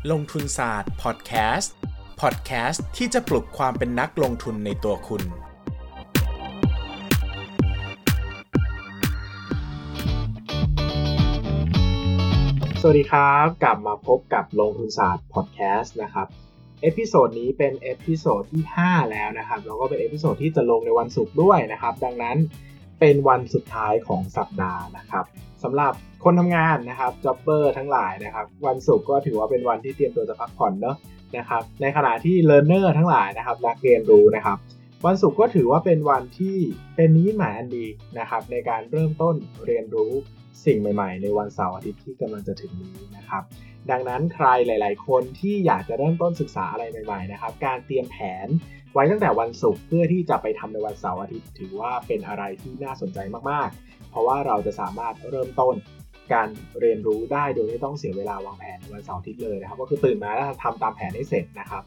ลงทุนศาสตร์พอดแคสต์ที่จะปลุกความเป็นนักลงทุนในตัวคุณสวัสดีครับกลับมาพบกับลงทุนศาสตร์พอดแคสต์นะครับเอพิโซดนี้เป็นเอพิโซดที่5แล้วนะครับแล้วก็เป็นเอพิโซดที่จะลงในวันศุกร์ด้วยนะครับดังนั้นเป็นวันสุดท้ายของสัปดาห์นะครับสำหรับคนทำงานนะครับจ็อบเบอร์ทั้งหลายนะครับวันศุกร์ก็ถือว่าเป็นวันที่เตรียมตัวจะพักผ่อนเนอะนะครับในขณะที่เลิร์นเนอร์ทั้งหลายนะครับนักเรียนรู้นะครับวันศุกร์ก็ถือว่าเป็นวันที่เป็นนิมิตหมายอันดีนะครับในการเริ่มต้นเรียนรู้สิ่งใหม่ๆในวันเสาร์อาทิตย์ที่กำลังจะถึงนี้นะครับดังนั้นใครหลายๆคนที่อยากจะเริ่มต้นศึกษาอะไรใหม่ๆนะครับการเตรียมแผนไว้ตั้งแต่วันศุกร์เพื่อที่จะไปทำในวันเสาร์อาทิตย์ถือว่าเป็นอะไรที่น่าสนใจมากๆเพราะว่าเราจะสามารถเริ่มต้นการเรียนรู้ได้โดยไม่ต้องเสียเวลาวางแผนในวันเสาร์อาทิตย์เลยนะครับก็คือตื่นมาแล้วทำตามแผนให้เสร็จนะครับ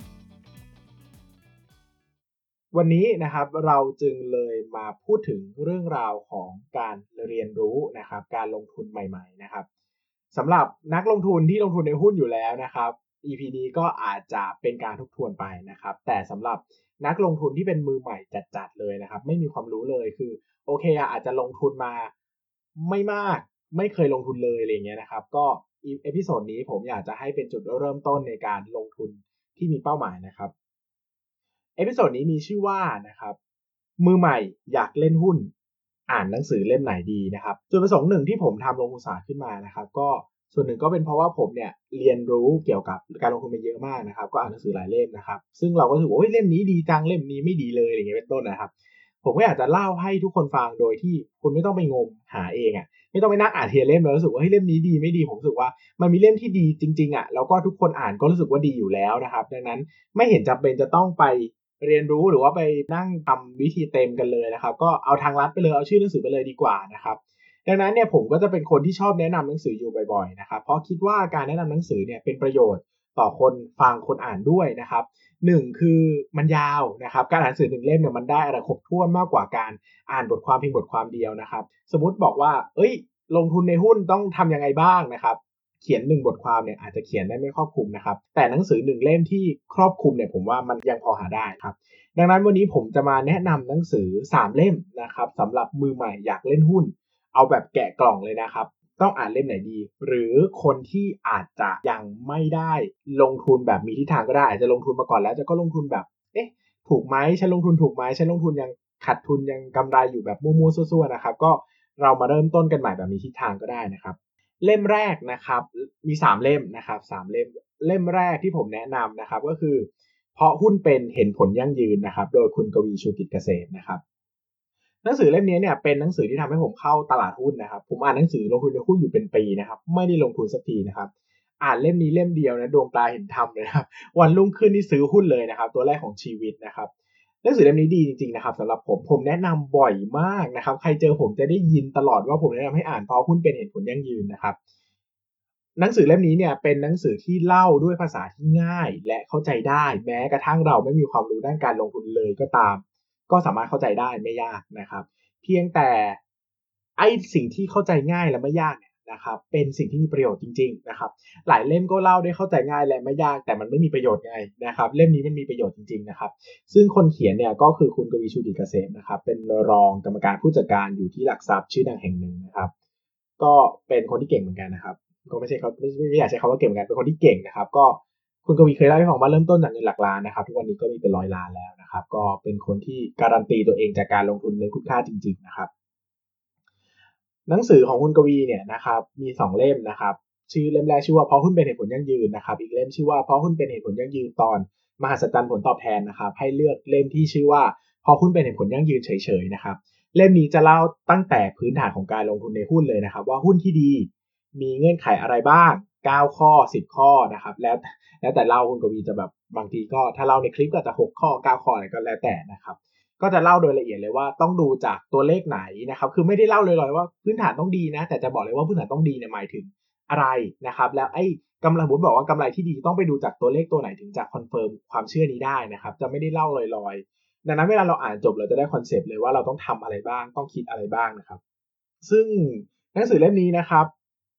วันนี้นะครับเราจึงเลยมาพูดถึงเรื่องราวของการเรียนรู้นะครับการลงทุนใหม่ๆนะครับสำหรับนักลงทุนที่ลงทุนในหุ้นอยู่แล้วนะครับ EP นี้ก็อาจจะเป็นการทบทวนไปนะครับแต่สำหรับนักลงทุนที่เป็นมือใหม่จัดๆเลยนะครับไม่มีความรู้เลยคือโอเคอาจจะลงทุนมาไม่มากไม่เคยลงทุนเลยอะไรเงี้ยนะครับก็เอพิโซดนี้ผมอยากจะให้เป็นจุดเริ่มต้นในการลงทุนที่มีเป้าหมายนะครับเอพิโซดนี้มีชื่อว่านะครับมือใหม่อยากเล่นหุ้นอ่านหนังสือเล่มไหนดีนะครับจุดประสงค์หนึ่งที่ผมทำลงทุนศาสตร์ขึ้นมานะครับก็ส่วนหนึ่งก็เป็นเพราะว่าผมเนี่ยเรียนรู้เกี่ยวกับการลงทุนมาเยอะมากนะครับก็อ่านหนังสือหลายเล่มนะครับซึ่งเราก็รู้สึกว่าเล่มนี้ดีจังเล่มนี้ไม่ดีเลยอะไรอย่างเงี้ยเป็นต้นนะครับผมก็อยากจะเล่าให้ทุกคนฟังโดยที่คุณไม่ต้องไปงมหาเองอ่ะไม่ต้องไปนั่งอ่านทีละเล่มแล้วรู้สึกว่าเล่มนี้ดีไม่ดีผมรู้สึกว่ามันมีเล่มที่ดีจริงๆอ่ะแล้วก็ทุกคนอ่านก็รู้สึกว่าดีอยู่แล้วนะครับดังนั้นไม่เห็นจำเป็นจะต้องไปเรียนรู้หรือว่าไปนั่งทำวิธีเต็มกันเลยนะครับก็เอาทางลัดไปเลยเอาชื่อหนังสือไปเลยดีกว่านะครับดังนั้นเนี่ยผมก็จะเป็นคนที่ชอบแนะนำหนังสืออยู่บ่อยๆนะครับเพราะคิดว่าการแนะนำหนังสือเนี่ยเป็นประโยชน์ต่อคนฟังคนอ่านด้วยนะครับ1คือมันยาวนะครับการอ่านหนังสือ1เล่มเนี่ยมันได้อะไรครบถ้วนมากกว่าการอ่านบทความเพียงบทความเดียวนะครับสมมุติบอกว่าลงทุนในหุ้นต้องทำยังไงบ้างนะครับเขียน1บทความเนี่ยอาจจะเขียนได้ไม่ครอบคลุมนะครับแต่หนังสือ1เล่มที่ครอบคลุมเนี่ยผมว่ามันยังพอหาได้ครับดังนั้นวันนี้ผมจะมาแนะนำหนังสือ3เล่มนะครับสำหรับมือใหม่อยากเล่นหุ้นเอาแบบแกะกล่องเลยนะครับต้องอ่านเล่มไหนดีหรือคนที่อาจจะยังไม่ได้ลงทุนแบบมีทิศทางก็ได้อาจจะลงทุนมาก่อนแล้วจะก็ลงทุนแบบถูกไหมฉันลงทุนถูกไหมฉันลงทุนยังขาดทุนยังกำไรอยู่แบบมั่วๆซั่วๆนะครับก็เรามาเริ่มต้นกันใหม่แบบมีทิศทางก็ได้นะครับเล่มแรกนะครับมี3เล่มนะครับ3เล่มเล่มแรกที่ผมแนะนำนะครับก็คือเพราะหุ้นเป็นเห็นผลยั่งยืนนะครับโดยคุณกวีชูกิจเกษมนะครับหนังสือเล่มนี้เนี่ยเป็นหนังสือที่ทำให้ผมเข้าตลาดหุ้นนะครับผมอ่านหนังสือลงทุนในหุ้นอยู่เป็นปีนะครับไม่ได้ลงทุนสักทีนะครับอ่านเล่มนี้เล่มเดียวนะดวงตาเห็นธรรมเลยครับวันรุ่งขึ้นนี่ซื้อหุ้นเลยนะครับตัวแรกของชีวิตนะครับหนังสือเล่มนี้ดีจริงๆนะครับสำหรับผมแนะนำบ่อยมากนะครับใครเจอผมจะได้ยินตลอดว่าผมแนะนำให้อ่านเพราะหุ้นเป็นเหตุผลยั่งยืนนะครับหนังสือเล่มนี้เนี่ยเป็นหนังสือที่เล่าด้วยภาษาที่ง่ายและเข้าใจได้แม้กระทั่งเราไม่มีความรู้ด้านการลงทุนเลยก็ตามก็สามารถเข้าใจได้ไม่ยากนะครับเพียงแต่สิ่งที่เข้าใจง่ายและไม่ยากเนี่ยนะครับเป็นสิ่งที่มีประโยชน์จริงๆนะครับหลายเล่มก็เล่าได้เข้าใจง่ายและไม่ยากแต่มันไม่มีประโยชน์ไงนะครับเล่มนี้มันมีประโยชน์จริงๆนะครับซึ่งคนเขียนเนี่ยก็คือคุณกวีชูกิจเกษมนะครับเป็นรองกรรมการผู้จัดการอยู่ที่หลักทรัพย์ชื่อดังแห่งหนึ่งนะครับก็เป็นคนที่เก่งเหมือนกันนะครับก็ไม่ใช่เขาไม่อยากใช้คำว่าเก่งเหมือนกันเป็นคนที่เก่งนะครับก็คุณกวีเคยเล่าให้ฟังว่าเริ่มต้นจากเงินหลักล้านนะครับทุกวันนี้ก็มีเป็น100 ล้านแล้วนะครับก็เป็นคนที่การันตีตัวเองจากการลงทุนในคุณค่าจริงๆนะครับหนังสือของคุณกวีเนี่ยนะครับมี2เล่มนะครับชื่อเล่มแรกชื่อว่าเพราะหุ้นเป็นเหตุผลยั่งยืนนะครับอีกเล่มชื่อว่าเพราะหุ้นเป็นเหตุผลยั่งยืนตอนมหัศจรรย์ผลตอบแทนนะครับให้เลือกเล่มที่ชื่อว่าเพราะหุ้นเป็นเหตุผลยั่งยืนเฉยๆนะครับเล่มนี้จะเล่าตั้งแต่พื้นฐานของการลงทุนในหุ้นเลยนะครับว่าหุ้นที่ดีมีเงื่อนไขอะไรบ้าง9ข้อ10ข้อนะครับแล้วแต่เล่าคุณกวีจะแบบบางทีก็ถ้าเล่าในคลิปก็จะ6ข้อ9ข้ออะไรก็แล้วแต่นะครับก็จะเล่าโดยละเอียดเลยว่าต้องดูจากตัวเลขไหนนะครับคือไม่ได้เล่าลอยๆว่าพื้นฐานต้องดีนะแต่จะบอกเลยว่าพื้นฐานต้องดีเนี่ยหมายถึงอะไรนะครับแล้วกำไรผมบอกว่ากำไรที่ดีต้องไปดูจากตัวเลขตัวไหนถึงจะคอนเฟิร์มความเชื่อนี้ได้นะครับจะไม่ได้เล่าลอยๆดังนั้นเวลาเราอ่านจบเราจะได้คอนเซปต์เลยว่าเราต้องทำอะไรบ้างต้องคิดอะไรบ้างนะครับซึ่งหนังสือเล่มนี้นะครับ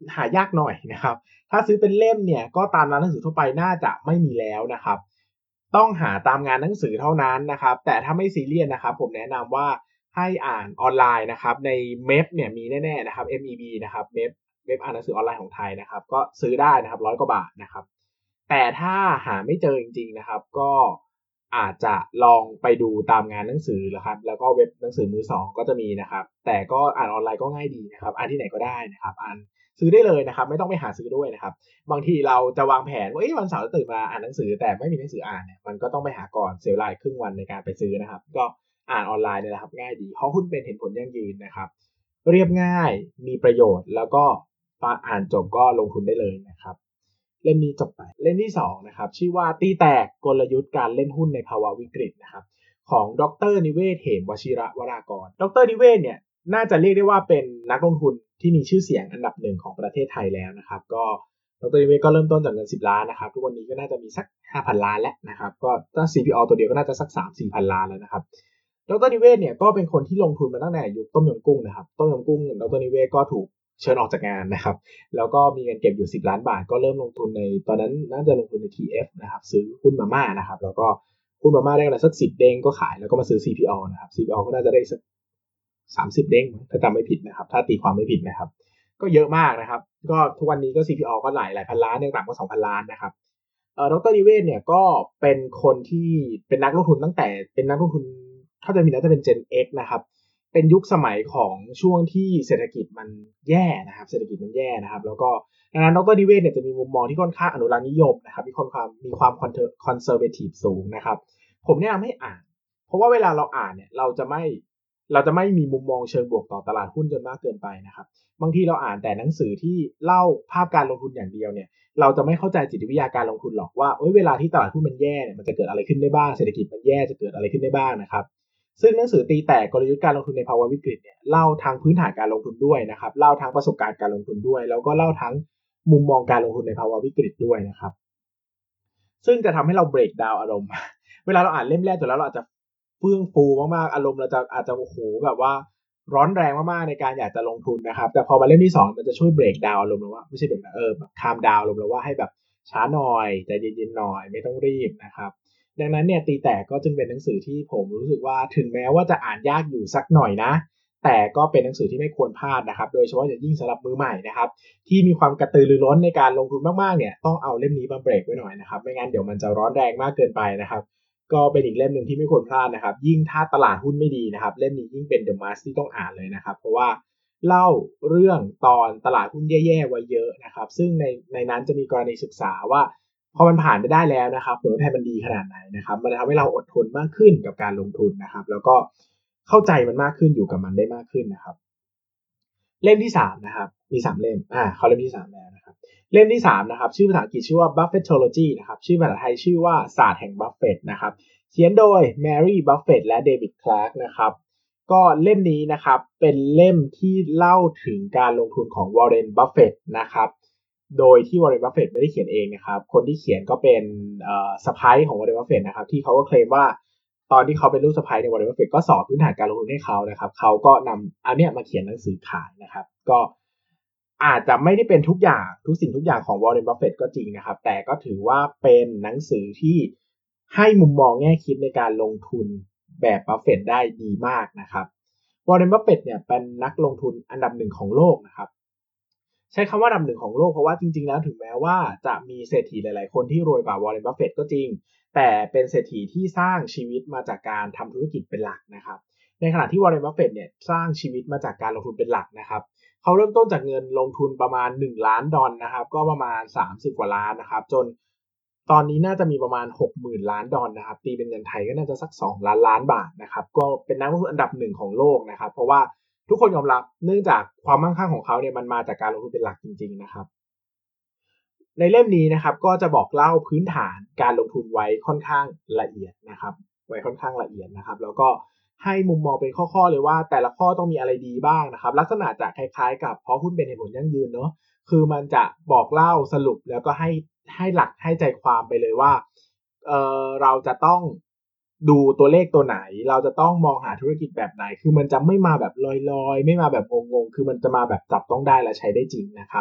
หายากหน่อยนะครับถ้าซื้อเป็นเล่มเนี่ยก็ตามร้านหนังสือทั่วไปน่าจะไม่มีแล้วนะครับต้องหาตามงานหนังสือเท่านั้นนะครับแต่ถ้าไม่ซีเรียสนะครับผมแนะนำว่าให้อ่านออนไลน์นะครับในเมพเนี่ยมีแน่ๆนะครับ MEB นะครับเว็บอ่านหนังสือออนไลน์ของไทยนะครับก็ซื้อได้นะครับ100 กว่าบาทนะครับแต่ถ้าหาไม่เจอจริงๆนะครับก็อาจจะลองไปดูตามงานหนังสือนะครับแล้วก็เว็บหนังสือมือสองก็จะมีนะครับแต่ก็อ่านออนไลน์ก็ง่ายดีนะครับอ่านที่ไหนก็ได้นะครับอ่านซื้อได้เลยนะครับไม่ต้องไปหาซื้อด้วยนะครับบางทีเราจะวางแผนว่าวันเสาร์จะตื่นมาอ่านหนังสือแต่ไม่มีหนังสืออ่านเนี่ยมันก็ต้องไปหาก่อนเสียเวลาครึ่งวันในการไปซื้อนะครับก็อ่านออนไลน์เนี่ยนะครับง่ายดีเพราะหุ้นเป็นเห็นผลยั่งยืนนะครับเรียบง่ายมีประโยชน์แล้วก็อ่านจบก็ลงทุนได้เลยนะครับเล่มนี้จบไปเล่มที่2นะครับชื่อว่าตีแตกกลยุทธ์การเล่นหุ้นในภาวะวิกฤตนะครับของดร.นิเวศ เหมวชิระวรากรดร.นิเวศเนี่ยน่าจะเรียกได้ว่าเป็นนักลงทุนที่มีชื่อเสียงอันดับหนึ่งของประเทศไทยแล้วนะครับก็ดร.นิเวศก็เริ่มต้นจากเงิน10 ล้านนะครับทุกวันนี้ก็น่าจะมีสัก 5,000 ล้านแล้วนะครับก็ถ้า CPO ตัวเดียวก็น่าจะสัก 3-4 พันล้านแล้วนะครับดร.นิเวศเนี่ยก็เป็นคนที่ลงทุนมาตั้งแต่ยุคต้มยำกุ้งนะครับต้มยำกุ้งดร.นิเวศก็ถูกเชิญออกจากงานนะครับแล้วก็มีเงินเก็บอยู่10 ล้านบาทก็เริ่มลงทุนในตอนนั้นน่าจะลงทุนใน TF นะครับซื้อหุ้นมาม่านะครับแล้วก็หุ้นมาม่าได้กำไรสัก10 เด้งก็ขายแล้วก็มาซื้อ CPO นะครับ CPO ก็น่าจะได้สัก30 เด้งถ้าจำไม่ผิดนะครับถ้าตีความไม่ผิดนะครับก็เยอะมากนะครับก็ทุกวันนี้ก็ CPO ก็หลายพันล้านยังต่ำกว่า 2,000 ล้านนะครับดร.นิเวศเนี่ยก็เป็นคนที่เป็นนักลงทุนตั้งแต่เป็นนักลงทุนถ้าจะมีน่าจะเป็น Gen X นะครับเป็นยุคสมัยของช่วงที่เศรษฐกิจมันแย่นะครับเศรษฐกิจมันแย่นะครับแล้วก็ดังนั้นดร.นิเวศเนี่ยจะมีมุมมองที่ค่อนข้างอนุรักษ์นิยมนะครับมีความคอนเซอร์เวทีฟสูงนะครับผมแนะนำให้อ่านเพราะว่าเวลาเราอ่านเนี่ยเราจะไม่มีมุมมองเชิงบวกต่อตลาดหุ้นจนมากเกินไปนะครับบางทีเราอ่านแต่หนังสือที่เล่าภาพการลงทุนอย่างเดียวเนี่ยเราจะไม่เข้าใจจิตวิทยาการลงทุนหรอกว่าเวลาที่ตลาดหุ้นมันแย่เนี่ยมันจะเกิดอะไรขึ้นได้บ้างเศรษฐกิจมันแย่จะเกิดอะไรขึ้นได้บ้างนะครับซึ่งหนังสือตีแตกกลยุทธ์การลงทุนในภาวะวิกฤตเนี่ยเล่าทั้งพื้นฐานการลงทุนด้วยนะครับเล่าทั้งประสบการณ์การลงทุนด้วยแล้วก็เล่าทั้งมุมมองการลงทุนในภาวะวิกฤตด้วยนะครับซึ่งจะทำให้เราเบรกดาวน์อารมณ์เวลาเราอ่านเล่มแรกจบแล้วเราอาจจะเฟื่องฟูมากๆอารมณ์เราจะอาจจะโอ้โหแบบว่าร้อนแรงมากๆในการอยากจะลงทุนนะครับแต่พอมาเล่มที่2มันจะช่วยเบรกดาวน์อารมณ์เราว่าไม่ใช่เบรกแบบคามดาวน์อารมณ์เราว่าให้แบบช้าหน่อยใจเย็นๆหน่อยไม่ต้องรีบนะครับดังนั้นเนี่ยตีแตกก็จึงเป็นหนังสือที่ผมรู้สึกว่าถึงแม้ว่าจะอ่านยากอยู่สักหน่อยนะแต่ก็เป็นหนังสือที่ไม่ควรพลาดนะครับโดยเฉพาะอย่างยิ่งสำหรับมือใหม่นะครับที่มีความกระตือรือร้นในการลงทุนมากๆเนี่ยต้องเอาเล่มนี้มาเบรกไว้หน่อยนะครับไม่งั้นเดี๋ยวมันจะร้อนแรงมากเกินไปนะครับก็เป็นอีกเล่มหนึ่งที่ไม่ควรพลาดนะครับยิ่งถ้าตลาดหุ้นไม่ดีนะครับเล่มนี้ยิ่งเป็น The Must ที่ต้องอ่านเลยนะครับเพราะว่าเล่าเรื่องตอนตลาดหุ้นแย่ๆไว้เยอะนะครับซึ่งในนั้นจะมีกรณีศึกษาว่าพอมันผ่านไปได้แล้วนะครับผลตอบแทนมันดีขนาดไหนนะครับมันจะทำให้เราอดทนมากขึ้นกับการลงทุนนะครับแล้วก็เข้าใจมันมากขึ้นอยู่กับมันได้มากขึ้นนะครับเล่มที่3นะครับมี3เล่มเขาเล่มที่3แล้วนะครับเล่มที่3นะครับชื่อภาษาอังกฤษชื่อว่า Buffettology นะครับชื่อภาษาไทยชื่อว่าศาสตร์แห่งบัฟเฟตต์นะครับเขียนโดยแมรี่บัฟเฟตต์และเดวิดคลาร์กนะครับก็เล่มนี้นะครับเป็นเล่มที่เล่าถึงการลงทุนของวอร์เรนบัฟเฟตต์นะครับโดยที่วอร์เรนบัฟเฟตต์ไม่ได้เขียนเองนะครับคนที่เขียนก็เป็นสะพ้ายของวอร์เรนบัฟเฟตต์นะครับที่เขาก็เคลมว่าตอนที่เขาเป็นลูกสะใภ้ในวอร์เรนบัฟเฟตต์ก็สอนพื้นฐานการลงทุนให้เขานะครับเขาก็นำอันเนี้ยมาเขียนหนังสือขายนะครับก็อาจจะไม่ได้เป็นทุกอย่างทุกสิ่งทุกอย่างของวอร์เรนบัฟเฟตต์ก็จริงนะครับแต่ก็ถือว่าเป็นหนังสือที่ให้มุมมองแง่คิดในการลงทุนแบบบัฟเฟตต์ได้ดีมากนะครับวอร์เรนบัฟเฟตต์เนี่ยเป็นนักลงทุนอันดับหนึ่งของโลกนะครับใช้คำว่าอันดับหนึ่งของโลกเพราะว่าจริงๆแล้วถึงแม้ว่าจะมีเศรษฐีหลายๆคนที่รวยกว่าวอร์เรนบัฟเฟตต์ก็จริงแต่เป็นเศรษฐีที่สร้างชีวิตมาจากการทำธุรกิจเป็นหลักนะครับในขณะที่วอร์เรนบัฟเฟตต์เนี่ยสร้างชีวิตมาจากการลงทุนเป็นหลักนะครับเขาเริ่มต้นจากเงินลงทุนประมาณ1 ล้านดอลนะครับก็ประมาณ30 กว่าล้านนะครับจนตอนนี้น่าจะมีประมาณ 60,000 ล้านดอลนะครับตีเป็นเงินไทยก็น่าจะสัก2 ล้านล้านบาทนะครับก็เป็นนักลงทุนอันดับหนึ่งของโลกนะครับเพราะว่าทุกคนยอมรับเนื่องจากความมั่งคั่งของเขาเนี่ยมันมาจากการลงทุนเป็นหลักจริงๆนะครับในเล่มนี้นะครับก็จะบอกเล่าพื้นฐานการลงทุนไว้ค่อนข้างละเอียดนะครับไว้ค่อนข้างละเอียดนะครับแล้วก็ให้มุมมองเป็นข้อๆเลยว่าแต่ละข้อต้องมีอะไรดีบ้างนะครับลักษณะจะคล้ายๆกับเพราะหุ้นเป็นเหตุผลยั่งยืนเนาะคือมันจะบอกเล่าสรุปแล้วก็ให้หลักให้ใจความไปเลยว่าเราจะต้องดูตัวเลขตัวไหนเราจะต้องมองหาธุรกิจแบบไหนคือมันจะไม่มาแบบลอยๆไม่มาแบบงงๆคือมันจะมาแบบจับต้องได้และใช้ได้จริงนะครับ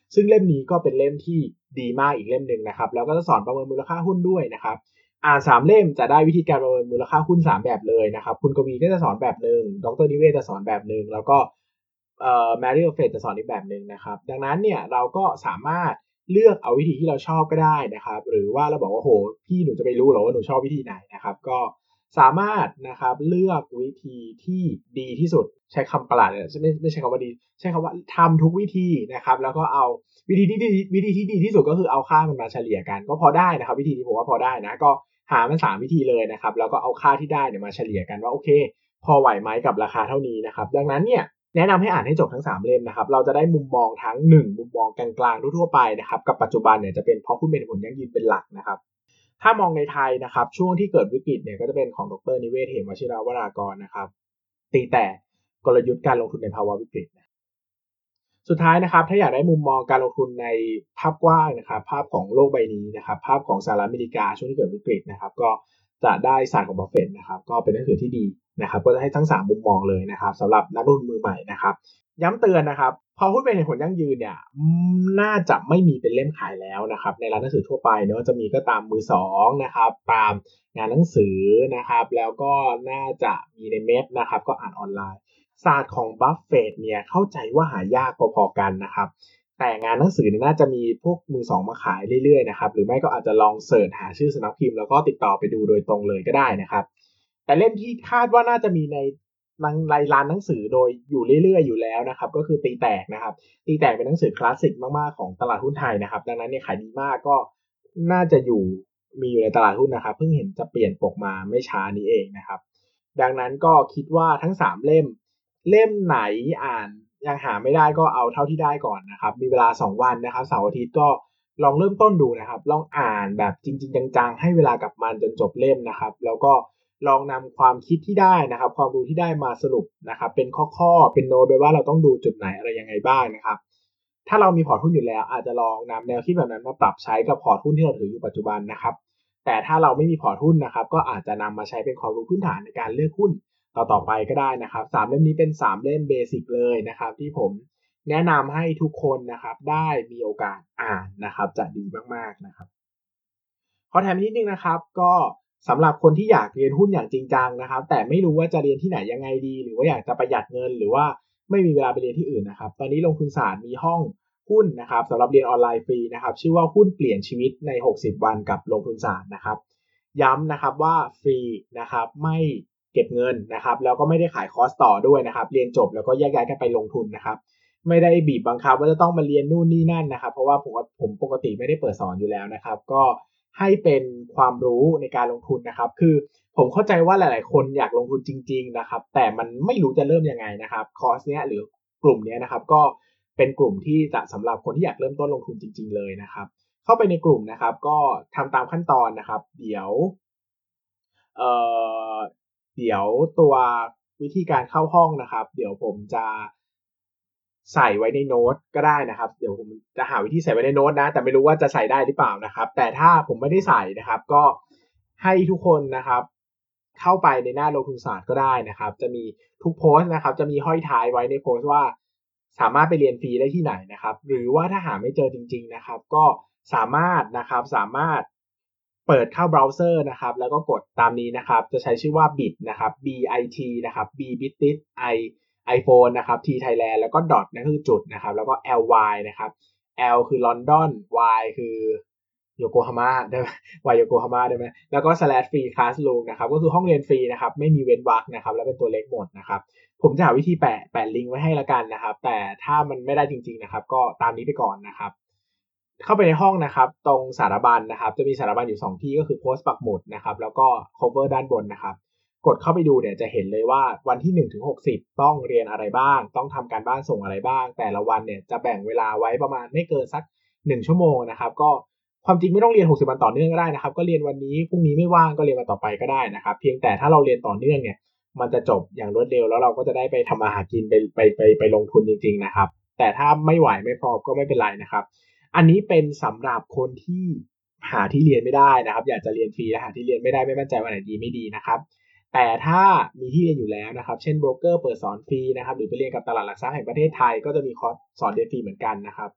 ซึ่งเล่มนี้ก็เป็นเล่มที่ดีมากอีกเล่มหนึ่งนะครับแล้วก็จะสอนประเมินมูลค่าหุ้นด้วยนะครับอ่าน3เล่มจะได้วิธีการประเมินมูลค่าหุ้น3แบบเลยนะครับคุณกวีก็จะสอนแบบนึงดร.นิเวศจะสอนแบบนึงแล้วก็แมรี่โอเฟตจะสอนอีกแบบนึงนะครับดังนั้นเนี่ยเราก็สามารถเลือกเอาวิธีที่เราชอบก็ได้นะครับหรือว่าเราบอกว่าโหพี่หนูจะไปรู้หรอว่าหนูชอบวิธีไหนนะครับก็สามารถนะครับเลือกวิธีที่ดีที่สุดใช้คำประหลาดเลยไม่ใช่คำว่าดีใช้คำว่าทำทุกวิธีนะครับแล้วก็เอาวิธีที่ดีที่สุดก็คือเอาค่ามันมาเฉลี่ยกันก็พอได้นะครับวิธีนี้ผมว่าพอได้นะก็หามัน3วิธีเลยนะครับแล้วก็เอาค่าที่ได้เนี่ยมาเฉลี่ยกันว่าโอเคพอไหวไหมกับราคาเท่านี้นะครับดังนั้นเนี่ยแนะนำให้อ่านให้จบทั้ง3เล่มนะครับเราจะได้มุมมองทั้ง1มุมมองกลางๆทั่วๆไปนะครับกับปัจจุบันเนี่ยจะเป็นเพราะหุ้นเป็นผลยั่งยืนเป็นหลักนะครับถ้ามองในไทยนะครับช่วงที่เกิดวิกฤตเนี่ยก็จะเป็นของดร.นิเวศน์ เหมวชิราวรากรนะครับตีแตกกลยุทธ์การลงทุนในภาวะวิกฤตสุดท้ายนะครับถ้าอยากได้มุมมองการลงทุนในภาพกว้างนะครับภาพของโลกใบนี้นะครับภาพของสหรัฐอเมริกาช่วงที่เกิดวิกฤตนะครับก็จะได้ศาสตร์ของบัฟเฟตต์นะครับก็เป็นหนังสือที่ดีนะครับก็จะให้ทั้ง3มุมมองเลยนะครับสำหรับนักลงทุนมือใหม่นะครับย้ำเตือนนะครับพอหุ้นเป็นผลยั่งยืนเนี่ยน่าจะไม่มีเป็นเล่มขายแล้วนะครับในร้านหนังสือทั่วไปเนอะจะมีก็ตามมือ2นะครับตามงานหนังสือนะครับแล้วก็น่าจะมีในเม็ดนะครับก็อ่านออนไลน์ศาสตร์ของบัฟเฟตต์เนี่ยเข้าใจว่าหายากพอๆกันนะครับแต่งานหนังสือเนี่ยน่าจะมีพวกมือ2มาขายเรื่อยๆนะครับหรือไม่ก็อาจจะลองเสิร์ชหาชื่อสำนักพิมพ์แล้วก็ติดต่อไปดูโดยตรงเลยก็ได้นะครับแต่เล่มที่คาดว่าน่าจะมีในร้านหนังสือโดยอยู่เรื่อยๆอยู่แล้วนะครับก็คือตีแตกนะครับตีแตกเป็นหนังสือคลาสสิกมากๆของตลาดหุ้นไทยนะครับดังนั้นเนี่ยขายดีมากก็น่าจะมีอยู่ในตลาดหุ้นนะครับเพิ่งเห็นจะเปลี่ยนปกมาไม่ช้านี้เองนะครับดังนั้นก็คิดว่าทั้ง3เล่มไหนอ่านยังหาไม่ได้ก็เอาเท่าที่ได้ก่อนนะครับมีเวลา2วันนะครับเสาร์อาทิตย์ก็ลองเริ่มต้นดูนะครับลองอ่านแบบจริงๆจังๆให้เวลากับมันจนจบเล่มนะครับแล้วก็ลองนำความคิดที่ได้นะครับความรู้ที่ได้มาสรุปนะครับเป็นข้อๆเป็นโน้ตโดยว่าเราต้องดูจุดไหนอะไรยังไงบ้างนะครับถ้าเรามีพอร์ตหุ้นอยู่แล้วอาจจะลองนำแนวคิดแบบนั้นมาปรับใช้กับพอร์ตหุ้นที่เราถืออยู่ปัจจุบันนะครับแต่ถ้าเราไม่มีพอร์ตหุ้นนะครับก็อาจจะนำมาใช้เป็นความรู้พื้นฐานในการเลือกหุ้นต่อไปก็ได้นะครับ3เล่มนี้เป็น3เล่มเบสิกเลยนะครับที่ผมแนะนำให้ทุกคนนะครับได้มีโอกาสอ่านนะครับจะดีมากๆนะครับขอแถมนิดนึงนะครับก็สำหรับคนที่อยากเรียนหุ้นอย่างจริงจังนะครับแต่ไม่รู้ว่าจะเรียนที่ไหนยังไงดีหรือว่าอยากจะประหยัดเงินหรือว่าไม่มีเวลาไปเรียนที่อื่นนะครับตอนนี้ลงทุนศาสตร์มีห้องหุ้นนะครับสำหรับเรียนออนไลน์ฟรีนะครับชื่อว่าหุ้นเปลี่ยนชีวิตใน60วันกับลงทุนศาสตร์นะครับย้ำนะครับว่าฟรีนะครับไม่เก็บเงินนะครับแล้วก็ไม่ได้ขายคอร์สต่อด้วยนะครับเรียนจบแล้วก็แยกย้ายกันไปลงทุนนะครับไม่ได้บีบบังคับว่าจะต้องมาเรียนนู่นนี่นั่นนะครับเพราะว่าผมปกติไม่ได้เปิดสอนอยู่แล้วนะครับก็ให้เป็นความรู้ในการลงทุนนะครับคือผมเข้าใจว่าหลายๆคนอยากลงทุนจริงๆนะครับแต่มันไม่รู้จะเริ่มยังไงนะครับคอร์สเนี้ยหรือกลุ่มนี้นะครับก็เป็นกลุ่มที่จะสำหรับคนที่อยากเริ่มต้นลงทุนจริงๆเลยนะครับเข้าไปในกลุ่มนะครับก็ทำตามขั้นตอนนะครับเอ่อเดี๋ยวตัววิธีการเข้าห้องนะครับเดี๋ยวผมจะใส่ไว้ในโน้ตก็ได้นะครับเดี๋ยวผมจะหาวิธีใส่ไว้ในโน้ตนะแต่ไม่รู้ว่าจะใส่ได้หรือเปล่านะครับแต่ถ้าผมไม่ได้ใส่นะครับก็ให้ทุกคนนะครับเข้าไปในหน้าลงทุนศาสตร์ก็ได้นะครับจะมีทุกโพสต์นะครับจะมีห้อยท้ายไว้ในโพสต์ว่าสามารถไปเรียนฟรีได้ที่ไหนนะครับหรือว่าถ้าหาไม่เจอจริงๆนะครับก็สามารถเปิดเข้าเบราว์เซอร์นะครับแล้วก็กดตามนี้นะครับจะใช้ชื่อว่า bit นะครับ bit นะครับ bitit i iPhone นะครับ T Thailand แล้วก็ dot นั่นคือจุดนะครับแล้วก็ ly นะครับ L คือ London Y คือโยโกฮาม่าได้ไหม Y โยโกฮาม่าได้ไหมแล้วก็ slash free classroom นะครับก็คือห้องเรียนฟรีนะครับไม่มีเว้นวรรคนะครับแล้วเป็นตัวเล็กหมดนะครับผมจะหาวิธีแปะลิงก์ไว้ให้ละกันนะครับแต่ถ้ามันไม่ได้จริงๆนะครับก็ตามนี้ไปก่อนนะครับเข้าไปในห้องนะครับตรงสารบัญนะครับจะมีสารบัญอยู่2ที่ก็คือโพสต์ปักหมุดนะครับแล้วก็ cover ด้านบนนะครับกดเข้าไปดูเนี่ยจะเห็นเลยว่าวันที่1ถึง60ต้องเรียนอะไรบ้างต้องทำการบ้านส่งอะไรบ้างแต่ละวันเนี่ยจะแบ่งเวลาไว้ประมาณไม่เกินสัก1ชั่วโมงนะครับก็ความจริงไม่ต้องเรียน60วันต่อเนื่องก็ได้นะครับก็เรียนวันนี้พรุ่งนี้ไม่ว่างก็เรียนวันต่อไปก็ได้นะครับเพียงแต่ถ้าเราเรียนต่อเนื่องเนี่ยมันจะจบอย่างรวดเร็วแล้วเราก็จะได้ไปทำมาหากินไปลงทุนจริงๆนะครับแต่ถ้าไม่ไหวไม่พร้อมก็ไม่เป็นไรนะครับอันนี้เป็นสำหรับคนที่หาที่เรียนไม่ได้นะครับอยากจะเรียนฟรีและหาที่เรียนไม่ได้ไม่มั่นใจว่าไหนดีไม่ดีนะครับแต่ถ้ามีที่เรียนอยู่แล้วนะครับเช่นโบรกเกอร์เปิดสอนฟรีนะครับหรือไปเรียนกับตลาดหลักทรัพย์แห่งประเทศไทยก็จะมีคอร์สสอนเรียนฟรีเหมือนกันนะครับ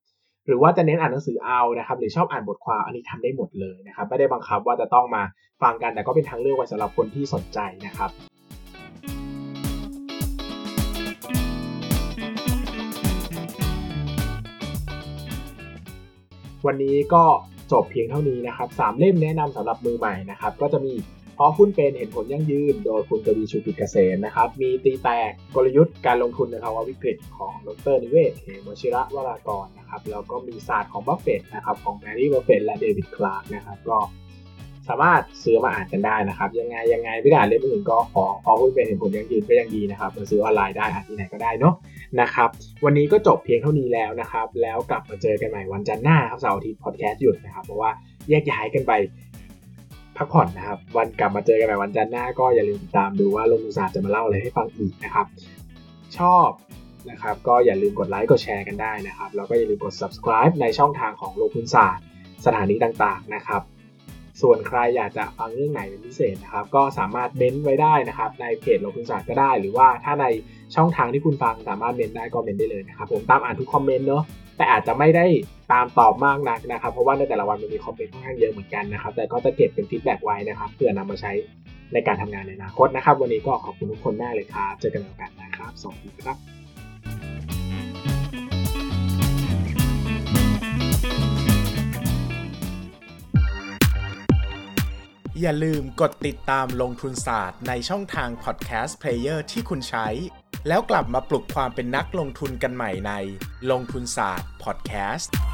หรือว่าจะเน้นอ่านหนังสือเอานะครับหรือชอบอ่านบทความอันนี้ทำได้หมดเลยนะครับไม่ได้บังคับว่าจะต้องมาฟังกันแต่ก็เป็นทางเลือกไว้สำหรับคนที่สนใจนะครับวันนี้ก็จบเพียงเท่านี้นะครับ3เล่มแนะนำสำหรับมือใหม่นะครับก็จะมีเพราะหุ้นเป็นเห็นผลยั่งยืนโดยคุณกวีชูกิจเกษมนะครับมีตีแตกกลยุทธ์การลงทุนในภาวะวิกฤตของดร.นิเวศน์ เหมวชิระวรากรนะครับแล้วก็มีศาสตร์ของบัฟเฟตต์นะครับของแมรี่ บัฟเฟตต์และเดวิด คลาร์กนะครับก็สามารถซื้อมาอ่านกันได้นะครับยังไงไม่ได้อ่านเล่มอื่นก็ขอหุ้นเป็นเห็นผลยั่งยืนก็ยังดีนะครับมาซื้อออนไลน์ได้อ่านที่ไหนก็ได้เนาะนะครับวันนี้ก็จบเพียงเท่านี้แล้วนะครับแล้วกลับมาเจอกันใหม่วันจันทร์หน้าครับเสาร์อาทิตย์พอดแคสต์หยุดนะครับเพราะว่าแยกย้ายกันไปพักผ่อนนะครับวันกลับมาเจอกันใหม่วันจันทร์หน้าก็อย่าลืมติดตามดูว่าลงทุนศาสตร์จะมาเล่าอะไรให้ฟังอีกนะครับชอบนะครับก็อย่าลืมกดไลค์กดแชร์กันได้นะครับแล้วก็อย่าลืมกด subscribe ในช่องทางของลงทุนศาสตร์สถานีต่างๆนะครับส่วนใครอยากจะฟังเรื่องไหนเป็นพิเศษนะครับก็สามารถเม้นไว้ได้นะครับในเพจลงทุนศาสตร์ก็ได้หรือว่าถ้าในช่องทางที่คุณฟังสามารถเม้นได้ก็เม้นได้เลยนะครับผมตามอ่านทุกคอมเมนต์เนาะแต่อาจจะไม่ได้ตามตอบมากนักนะครับเพราะว่าในแต่ละวันมันมีคอมเมนต์ค่อนข้างเยอะเหมือนกันนะครับแต่ก็จะเก็บเป็นฟีดแบ็กไว้นะครับเพื่อนำมาใช้ในการทำงานในอนาคตนะครับวันนี้ก็ขอบคุณทุกคนมากเลยครับเจอกันใหม่โอกาสหน้าครับสวัสดีครับอย่าลืมกดติดตามลงทุนศาสตร์ในช่องทางพอดแคสต์เพลเยอร์ที่คุณใช้แล้วกลับมาปลุกความเป็นนักลงทุนกันใหม่ในลงทุนศาสตร์พอดแคสต์